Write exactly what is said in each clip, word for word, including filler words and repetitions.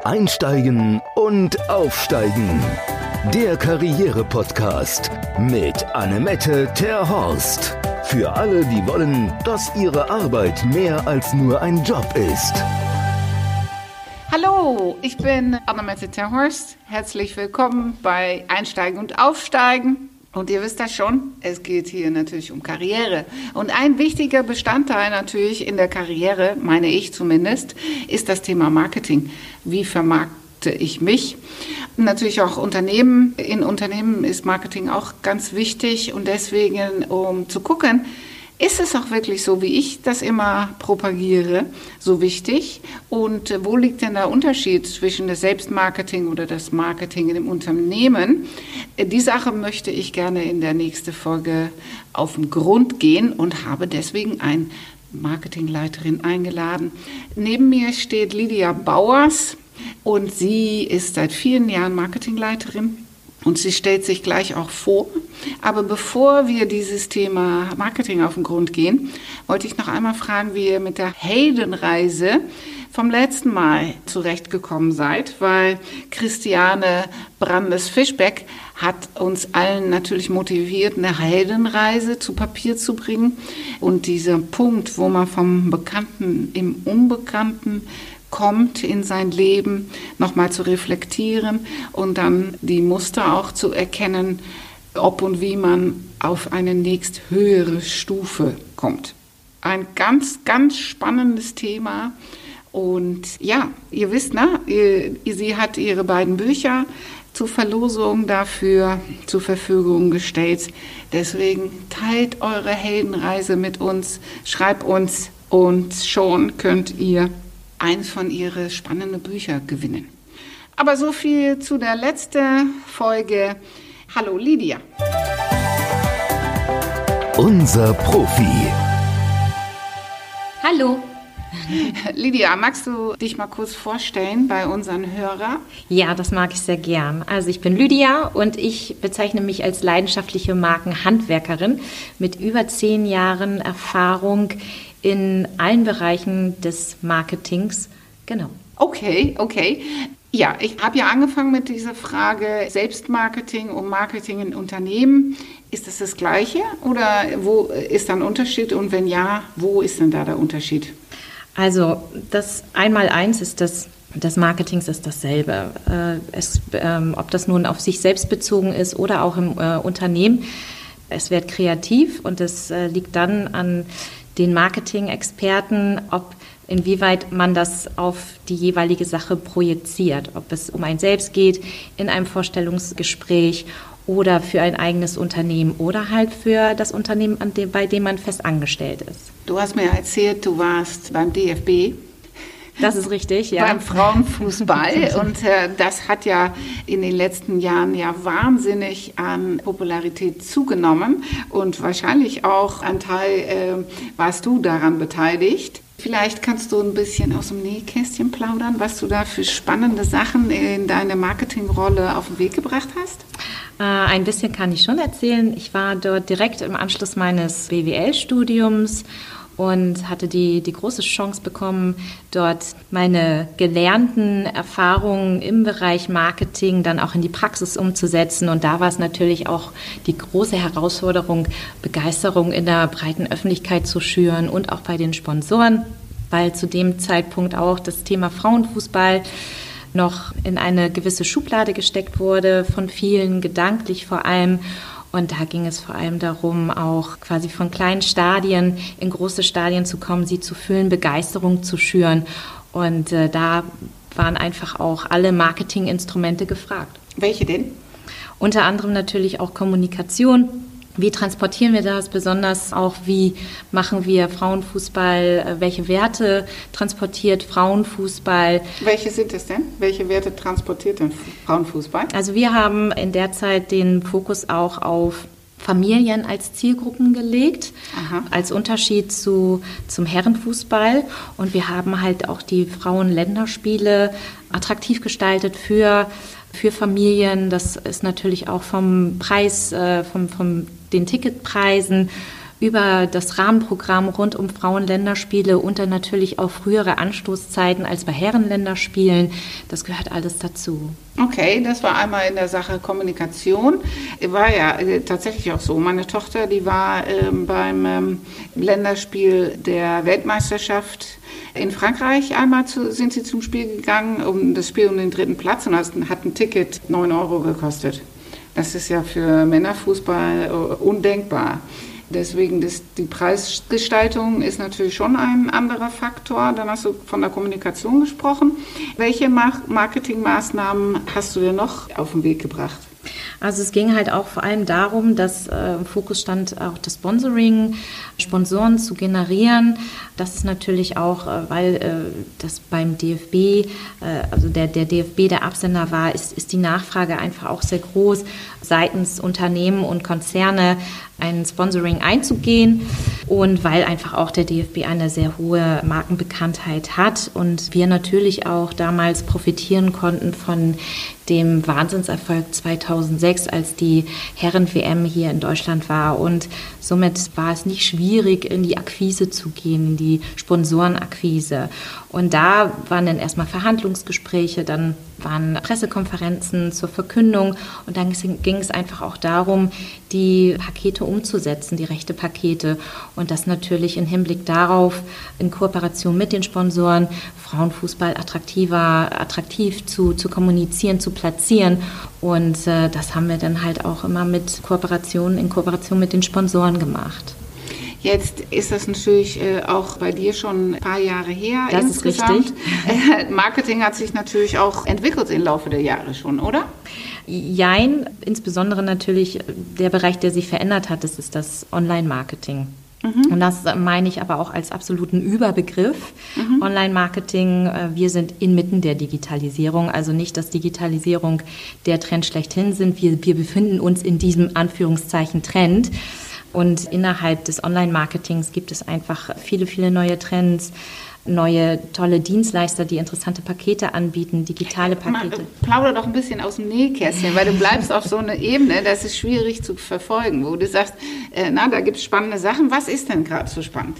Einsteigen und Aufsteigen. Der Karriere-Podcast mit Annemette Terhorst. Für alle, die wollen, dass ihre Arbeit mehr als nur ein Job ist. Hallo, ich bin Annemette Terhorst. Herzlich willkommen bei Einsteigen und Aufsteigen. Und ihr wisst das schon, es geht hier natürlich um Karriere. Und ein wichtiger Bestandteil natürlich in der Karriere, meine ich zumindest, ist das Thema Marketing. Wie vermarkte ich mich? Natürlich auch Unternehmen. In Unternehmen ist Marketing auch ganz wichtig. Und deswegen, um zu gucken, ist es auch wirklich so, wie ich das immer propagiere, so wichtig? Und wo liegt denn der Unterschied zwischen das Selbstmarketing oder das Marketing im Unternehmen? Die Sache möchte ich gerne in der nächsten Folge auf den Grund gehen und habe deswegen eine Marketingleiterin eingeladen. Neben mir steht Lydia Bauers und sie ist seit vielen Jahren Marketingleiterin. Und sie stellt sich gleich auch vor. Aber bevor wir dieses Thema Marketing auf den Grund gehen, wollte ich noch einmal fragen, wie ihr mit der Heldenreise vom letzten Mal zurechtgekommen seid, weil Christiane Brandes-Fischbeck hat uns allen natürlich motiviert, eine Heldenreise zu Papier zu bringen. Und dieser Punkt, wo man vom Bekannten im Unbekannten kommt in sein Leben, nochmal zu reflektieren und dann die Muster auch zu erkennen, ob und wie man auf eine nächsthöhere Stufe kommt. Ein ganz, ganz spannendes Thema. Und ja, ihr wisst, ne, sie hat ihre beiden Bücher zur Verlosung dafür zur Verfügung gestellt. Deswegen teilt eure Heldenreise mit uns, schreibt uns und schon könnt ihr eins von ihren spannenden Büchern gewinnen. Aber so viel zu der letzten Folge. Hallo Lydia. Unser Profi. Hallo. Lydia, magst du dich mal kurz vorstellen bei unseren Hörern? Ja, das mag ich sehr gern. Also ich bin Lydia und ich bezeichne mich als leidenschaftliche Markenhandwerkerin mit über zehn Jahren Erfahrung in allen Bereichen des Marketings. Genau. Okay, okay. Ja, ich habe ja angefangen mit dieser Frage Selbstmarketing und Marketing in Unternehmen. Ist das das Gleiche oder wo ist da ein Unterschied und wenn ja, wo ist denn da der Unterschied? Also das Einmaleins ist das, des Marketings ist dasselbe. Es, ähm, ob das nun auf sich selbst bezogen ist oder auch im äh, Unternehmen. Es wird kreativ und es äh, liegt dann an den Marketing-Experten, ob inwieweit man das auf die jeweilige Sache projiziert, ob es um einen selbst geht, in einem Vorstellungsgespräch oder für ein eigenes Unternehmen oder halt für das Unternehmen, an dem, bei dem man fest angestellt ist. Du hast mir erzählt, du warst beim D F B. Das ist richtig, ja. Beim Frauenfußball und äh, das hat ja in den letzten Jahren ja wahnsinnig an Popularität zugenommen und wahrscheinlich auch ein Teil äh, warst du daran beteiligt. Vielleicht kannst du ein bisschen aus dem Nähkästchen plaudern, was du da für spannende Sachen in deine Marketingrolle auf den Weg gebracht hast? Äh, ein bisschen kann ich schon erzählen. Ich war dort direkt im Anschluss meines B W L-Studiums und hatte die, die große Chance bekommen, dort meine gelernten Erfahrungen im Bereich Marketing dann auch in die Praxis umzusetzen. Und da war es natürlich auch die große Herausforderung, Begeisterung in der breiten Öffentlichkeit zu schüren und auch bei den Sponsoren, weil zu dem Zeitpunkt auch das Thema Frauenfußball noch in eine gewisse Schublade gesteckt wurde, von vielen, gedanklich vor allem. Und da ging es vor allem darum, auch quasi von kleinen Stadien in große Stadien zu kommen, sie zu füllen, Begeisterung zu schüren. Und äh, da waren einfach auch alle Marketinginstrumente gefragt. Welche denn? Unter anderem natürlich auch Kommunikation. Wie transportieren wir das? Besonders auch, wie machen wir Frauenfußball? Welche Werte transportiert Frauenfußball? Welche sind es denn? Welche Werte transportiert denn Frauenfußball? Also wir haben in der Zeit den Fokus auch auf Familien als Zielgruppen gelegt, Aha. als Unterschied zu, zum Herrenfußball. Und wir haben halt auch die Frauenländerspiele attraktiv gestaltet für für Familien. Das ist natürlich auch vom Preis, äh, vom, vom den Ticketpreisen über das Rahmenprogramm rund um Frauenländerspiele und dann natürlich auch frühere Anstoßzeiten als bei Herrenländerspielen. Das gehört alles dazu. Okay, das war einmal in der Sache Kommunikation. War ja äh, tatsächlich auch so. Meine Tochter, die war ähm, beim ähm, Länderspiel der Weltmeisterschaft in Frankreich. Einmal zu, sind sie zum Spiel gegangen, um das Spiel um den dritten Platz, und hat ein Ticket neun Euro gekostet. Das ist ja für Männerfußball äh, undenkbar. Deswegen das, die Preisgestaltung ist natürlich schon ein anderer Faktor. Dann hast du von der Kommunikation gesprochen. Welche Marketingmaßnahmen hast du denn noch auf den Weg gebracht? Also es ging halt auch vor allem darum, dass äh, im Fokus stand, auch das Sponsoring, Sponsoren zu generieren. Das ist natürlich auch, äh, weil äh, das beim D F B, äh, also der, der D F B der Absender war, ist, ist die Nachfrage einfach auch sehr groß, seitens Unternehmen und Konzerne ein Sponsoring einzugehen, und weil einfach auch der D F B eine sehr hohe Markenbekanntheit hat und wir natürlich auch damals profitieren konnten von dem Wahnsinnserfolg zweitausendsechs, als die Herren-W M hier in Deutschland war, und somit war es nicht schwierig, in die Akquise zu gehen, in die Sponsorenakquise. Und da waren dann erstmal Verhandlungsgespräche, dann waren Pressekonferenzen zur Verkündung, und dann ging es einfach auch darum, die Pakete umzusetzen, die Rechte-Pakete, und das natürlich im Hinblick darauf, in Kooperation mit den Sponsoren, Frauenfußball attraktiver, attraktiv zu, zu kommunizieren, zu platzieren, und äh, das haben wir dann halt auch immer mit Kooperation, in Kooperation mit den Sponsoren gemacht. Jetzt ist das natürlich äh, auch bei dir schon ein paar Jahre her. Das insgesamt. ist richtig. Äh, Marketing hat sich natürlich auch entwickelt im Laufe der Jahre schon, oder? Jein, insbesondere natürlich der Bereich, der sich verändert hat, das ist das Online-Marketing. Mhm. Und das meine ich aber auch als absoluten Überbegriff. Mhm. Online-Marketing, wir sind inmitten der Digitalisierung, also nicht, dass Digitalisierung der Trend schlechthin sind. Wir, wir befinden uns in diesem Anführungszeichen Trend. Und innerhalb des Online-Marketings gibt es einfach viele, viele neue Trends, neue tolle Dienstleister, die interessante Pakete anbieten, digitale Pakete. Plauder doch ein bisschen aus dem Nähkästchen, weil du bleibst auf so einer Ebene, das ist schwierig zu verfolgen, wo du sagst, äh, na, da gibt es spannende Sachen. Was ist denn gerade so spannend?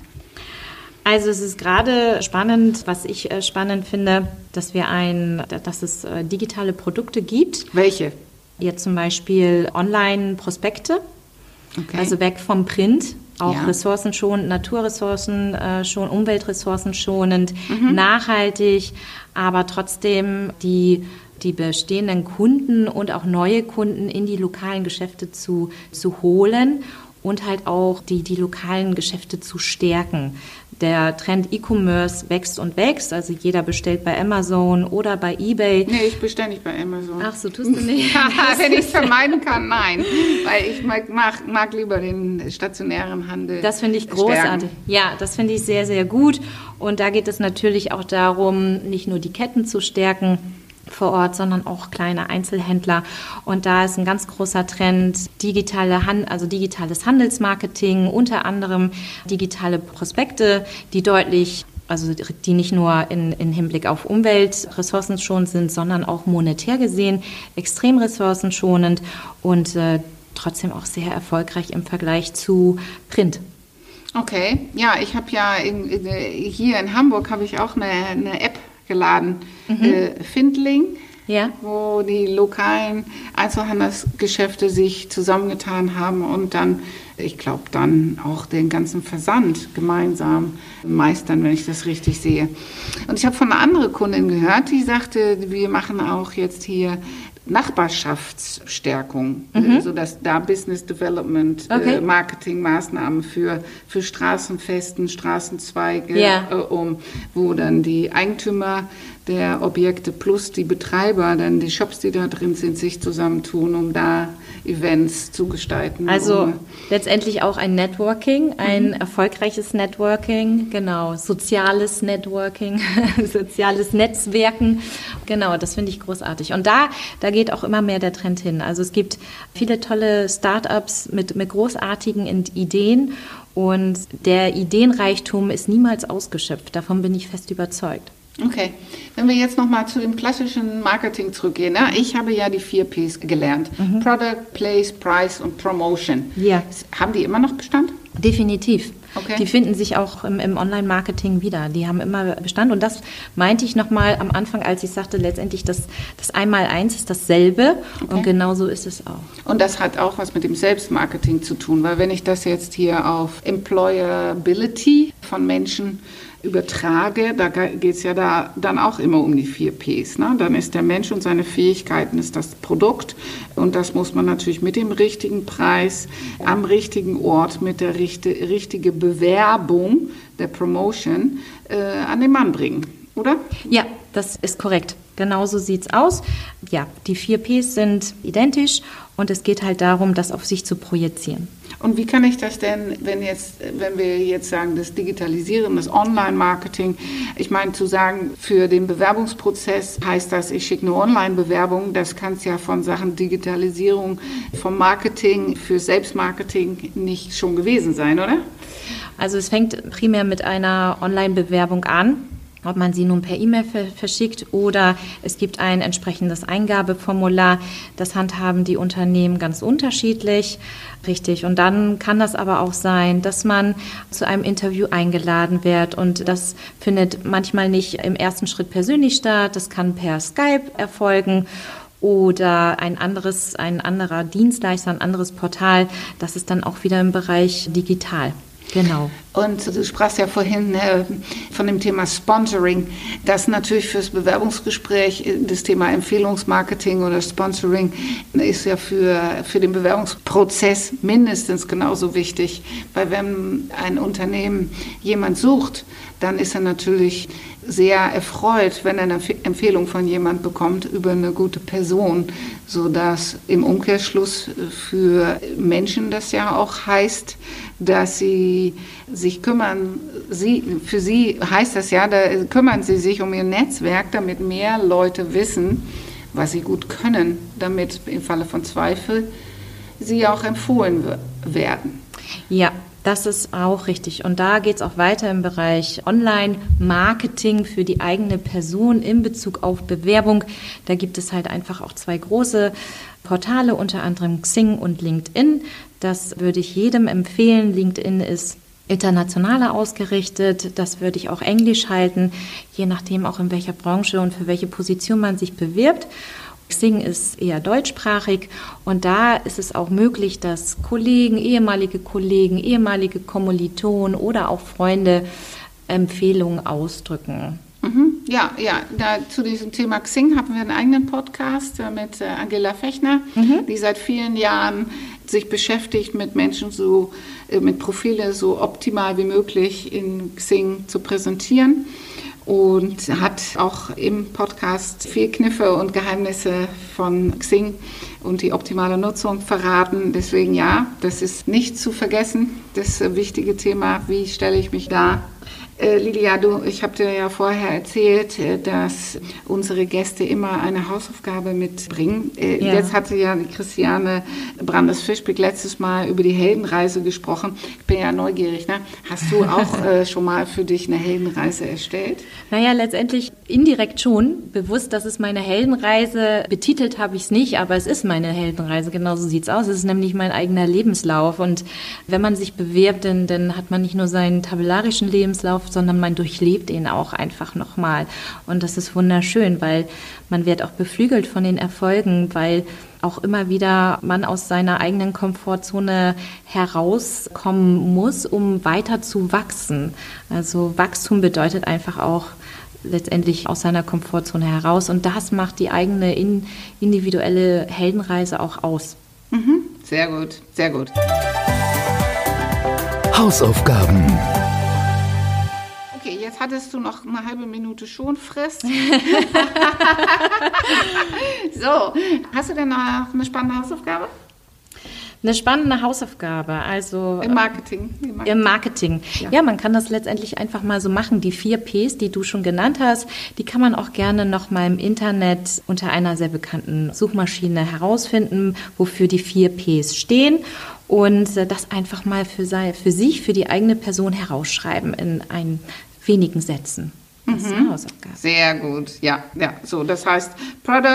Also es ist gerade spannend, was ich äh, spannend finde, dass wir ein, dass es äh, digitale Produkte gibt. Welche? Jetzt zum Beispiel Online-Prospekte. Okay. Also weg vom Print, auch ja. ressourcenschonend, Naturressourcen äh, schon, Umweltressourcen schonend, mhm. nachhaltig, aber trotzdem die, die bestehenden Kunden und auch neue Kunden in die lokalen Geschäfte zu, zu holen und halt auch die, die lokalen Geschäfte zu stärken. Der Trend E-Commerce wächst und wächst, also jeder bestellt bei Amazon oder bei eBay. Nee, ich bestelle nicht bei Amazon. Ach so, tust du nicht? Wenn ich es vermeiden kann, nein. Weil ich mag, mag, mag lieber den stationären Handel. Das finde ich großartig. Stärken. Ja, das finde ich sehr, sehr gut. Und da geht es natürlich auch darum, nicht nur die Ketten zu stärken vor Ort, sondern auch kleine Einzelhändler. Und da ist ein ganz großer Trend, digitale Hand, also digitales Handelsmarketing, unter anderem digitale Prospekte, die deutlich, also die nicht nur in, in Hinblick auf Umwelt ressourcenschonend sind, sondern auch monetär gesehen extrem ressourcenschonend und äh, trotzdem auch sehr erfolgreich im Vergleich zu Print. Okay, ja, ich habe ja in, in, hier in Hamburg habe ich auch eine, eine App geladen, mhm. äh, Findling, ja. wo die lokalen Einzelhandelsgeschäfte sich zusammengetan haben und dann, ich glaube, dann auch den ganzen Versand gemeinsam meistern, wenn ich das richtig sehe. Und ich habe von einer anderen Kundin gehört, die sagte, wir machen auch jetzt hier Nachbarschaftsstärkung, mhm. sodass da Business Development, okay. äh, Marketingmaßnahmen für, für Straßenfesten, Straßenzweige, ja. äh, um, wo dann die Eigentümer der Objekte plus die Betreiber, dann die Shops, die da drin sind, sich zusammentun, um da Events zu gestalten. Also um, letztendlich auch ein Networking, ein mhm. erfolgreiches Networking, genau, soziales Networking, soziales Netzwerken, genau, das finde ich großartig. Und da, da geht auch immer mehr der Trend hin. Also es gibt viele tolle Start-ups mit, mit großartigen Ideen und der Ideenreichtum ist niemals ausgeschöpft, davon bin ich fest überzeugt. Okay, wenn wir jetzt nochmal zu dem klassischen Marketing zurückgehen. Ne? Ich habe ja die vier Ps gelernt. Mhm. Product, Place, Price und Promotion. Ja. Haben die immer noch Bestand? Definitiv. Okay. Die finden sich auch im, im Online-Marketing wieder. Die haben immer Bestand. Und das meinte ich nochmal am Anfang, als ich sagte, letztendlich das, das Einmaleins ist dasselbe. Okay. Und genau so ist es auch. Und das hat auch was mit dem Selbstmarketing zu tun, weil wenn ich das jetzt hier auf Employability von Menschen übertrage, da geht es ja da dann auch immer um die vier Ps. Ne? Dann ist der Mensch und seine Fähigkeiten ist das Produkt und das muss man natürlich mit dem richtigen Preis, am richtigen Ort, mit der richtige, richtige Bewerbung, der Promotion äh, an den Mann bringen, oder? Ja, das ist korrekt. Genauso sieht es aus. Ja, die vier Ps sind identisch und es geht halt darum, das auf sich zu projizieren. Und wie kann ich das denn, wenn jetzt, wenn wir jetzt sagen, das Digitalisieren, das Online-Marketing, ich meine zu sagen, für den Bewerbungsprozess heißt das, ich schicke eine Online-Bewerbung, das kann es ja von Sachen Digitalisierung, vom Marketing für Selbstmarketing nicht schon gewesen sein, oder? Also es fängt primär mit einer Online-Bewerbung an. Ob man sie nun per E-Mail verschickt oder es gibt ein entsprechendes Eingabeformular. Das handhaben die Unternehmen ganz unterschiedlich. Richtig. Und dann kann das aber auch sein, dass man zu einem Interview eingeladen wird. Und das findet manchmal nicht im ersten Schritt persönlich statt. Das kann per Skype erfolgen. Oder ein anderes, ein anderer Dienstleister, ein anderes Portal. Das ist dann auch wieder im Bereich digital. Genau. Und du sprachst ja vorhin äh, von dem Thema Sponsoring, das natürlich fürs Bewerbungsgespräch, das Thema Empfehlungsmarketing oder Sponsoring ist ja für, für den Bewerbungsprozess mindestens genauso wichtig, weil wenn ein Unternehmen jemand sucht, dann ist er natürlich sehr erfreut, wenn er eine Empfehlung von jemand bekommt über eine gute Person, sodass im Umkehrschluss für Menschen das ja auch heißt, dass sie sich kümmern, sie, für sie heißt das ja, da kümmern sie sich um ihr Netzwerk, damit mehr Leute wissen, was sie gut können, damit im Falle von Zweifel sie auch empfohlen werden. Ja. Das ist auch richtig. Und da geht es auch weiter im Bereich Online-Marketing für die eigene Person in Bezug auf Bewerbung. Da gibt es halt einfach auch zwei große Portale, unter anderem Xing und LinkedIn. Das würde ich jedem empfehlen. LinkedIn ist internationaler ausgerichtet. Das würde ich auch Englisch halten, je nachdem auch in welcher Branche und für welche Position man sich bewirbt. Xing ist eher deutschsprachig und da ist es auch möglich, dass Kollegen, ehemalige Kollegen, ehemalige Kommilitonen oder auch Freunde Empfehlungen ausdrücken. Mhm. Ja, ja, da, zu diesem Thema Xing haben wir einen eigenen Podcast mit Angela Fechner, mhm. die seit vielen Jahren sich beschäftigt, mit Menschen so, mit Profile so optimal wie möglich in Xing zu präsentieren. Und hat auch im Podcast viel Kniffe und Geheimnisse von Xing und die optimale Nutzung verraten. Deswegen ja, das ist nicht zu vergessen, das wichtige Thema, wie stelle ich mich dar. Äh, Lilia, du, ich habe dir ja vorher erzählt, äh, dass unsere Gäste immer eine Hausaufgabe mitbringen. Äh, ja. Jetzt hatte ja die Christiane Brandes-Fischbeck letztes Mal über die Heldenreise gesprochen. Ich bin ja neugierig, ne? Hast du auch äh, schon mal für dich eine Heldenreise erstellt? Naja, letztendlich indirekt schon. Bewusst, dass es meine Heldenreise, betitelt habe ich es nicht, aber es ist meine Heldenreise. Genauso sieht es aus. Es ist nämlich mein eigener Lebenslauf. Und wenn man sich bewirbt, dann, dann hat man nicht nur seinen tabellarischen Lebenslauf, sondern man durchlebt ihn auch einfach nochmal. Und das ist wunderschön, weil man wird auch beflügelt von den Erfolgen, weil auch immer wieder man aus seiner eigenen Komfortzone herauskommen muss, um weiter zu wachsen. Also Wachstum bedeutet einfach auch letztendlich aus seiner Komfortzone heraus. Und das macht die eigene individuelle Heldenreise auch aus. Mhm. Sehr gut, sehr gut. Hausaufgaben. Jetzt hattest du noch eine halbe Minute Schonfrist. So, hast du denn noch eine spannende Hausaufgabe? Eine spannende Hausaufgabe, also im Marketing. Im Marketing, im Marketing. Ja. ja, man kann das letztendlich einfach mal so machen. Die vier Ps, die du schon genannt hast, die kann man auch gerne noch mal im Internet unter einer sehr bekannten Suchmaschine herausfinden, wofür die vier Ps stehen. Und das einfach mal für, für sich, für die eigene Person herausschreiben in ein wenigen Sätzen. Das ist eine Hausaufgabe. Sehr gut, ja, ja. So, das heißt Product,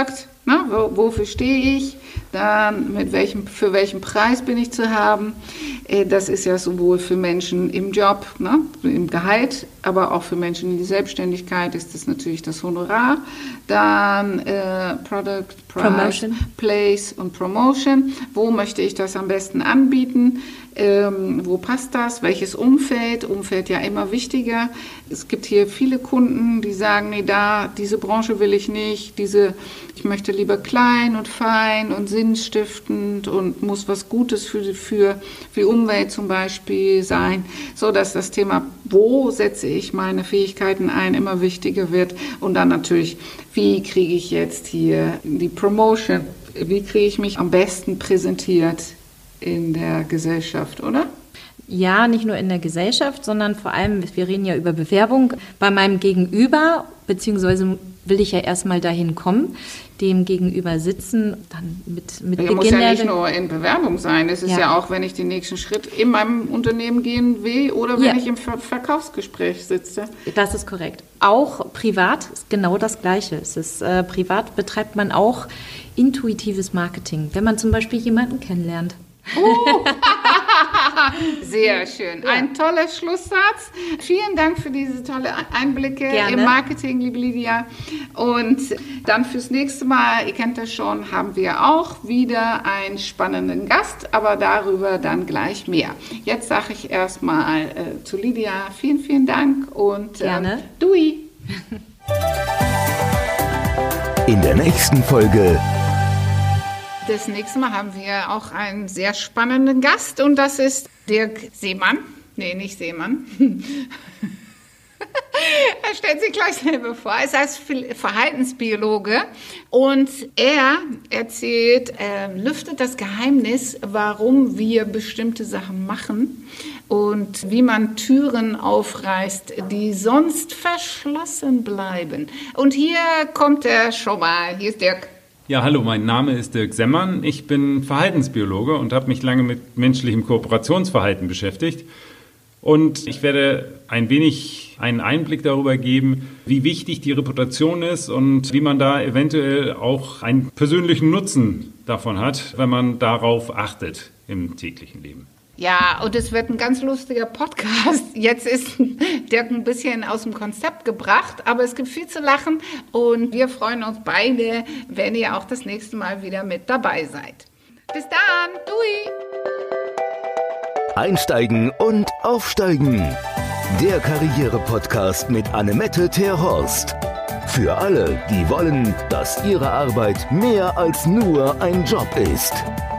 Na, wo, wofür stehe ich? Dann mit welchem, für welchen Preis bin ich zu haben? Das ist ja sowohl für Menschen im Job, ne, im Gehalt, aber auch für Menschen in die Selbstständigkeit ist das natürlich das Honorar. Dann äh, Product, Price, Promotion. Place und Promotion. Wo möchte ich das am besten anbieten? Ähm, wo passt das? Welches Umfeld? Umfeld ja immer wichtiger. Es gibt hier viele Kunden, die sagen, nee, da, diese Branche will ich nicht, diese, ich möchte lieber klein und fein und sinnstiftend und muss was Gutes für die, für, für die Umwelt zum Beispiel sein, so dass das Thema, wo setze ich meine Fähigkeiten ein, immer wichtiger wird. Und dann natürlich, wie kriege ich jetzt hier die Promotion? Wie kriege ich mich am besten präsentiert in der Gesellschaft, oder? Ja, nicht nur in der Gesellschaft, sondern vor allem, wir reden ja über Bewerbung bei meinem Gegenüber, beziehungsweise will ich ja erstmal dahin kommen, dem Gegenüber sitzen, dann mit, mit ja, Beginn muss ja der nicht nur in Bewerbung sein, es ist ja. ja auch, wenn ich den nächsten Schritt in meinem Unternehmen gehen will oder wenn ja. ich im Ver- Verkaufsgespräch sitze. Das ist korrekt. Auch privat ist genau das Gleiche. Es ist, äh, privat betreibt man auch intuitives Marketing, wenn man zum Beispiel jemanden kennenlernt. Uh. Sehr schön. Ja. Ein toller Schlusssatz. Vielen Dank für diese tolle Einblicke Gerne. Im Marketing, liebe Lydia. Und dann fürs nächste Mal, ihr kennt das schon, haben wir auch wieder einen spannenden Gast, aber darüber dann gleich mehr. Jetzt sage ich erstmal äh, zu Lydia vielen, vielen Dank und Gerne. Ähm, Dui. In der nächsten Folge. Das nächste Mal haben wir auch einen sehr spannenden Gast und das ist Dirk Seemann. Nee, nicht Seemann. Er stellt sich gleich selber vor. Er ist als Verhaltensbiologe und er erzählt, er lüftet das Geheimnis, warum wir bestimmte Sachen machen und wie man Türen aufreißt, die sonst verschlossen bleiben. Und hier kommt er schon mal. Hier ist Dirk. Ja, hallo, mein Name ist Dirk Seemann. Ich bin Verhaltensbiologe und habe mich lange mit menschlichem Kooperationsverhalten beschäftigt. Und ich werde ein wenig einen Einblick darüber geben, wie wichtig die Reputation ist und wie man da eventuell auch einen persönlichen Nutzen davon hat, wenn man darauf achtet im täglichen Leben. Ja, und es wird ein ganz lustiger Podcast. Jetzt ist Dirk ein bisschen aus dem Konzept gebracht, aber es gibt viel zu lachen und wir freuen uns beide, wenn ihr auch das nächste Mal wieder mit dabei seid. Bis dann, Dui! Einsteigen und aufsteigen. Der Karriere-Podcast mit Annemette Terhorst. Für alle, die wollen, dass ihre Arbeit mehr als nur ein Job ist.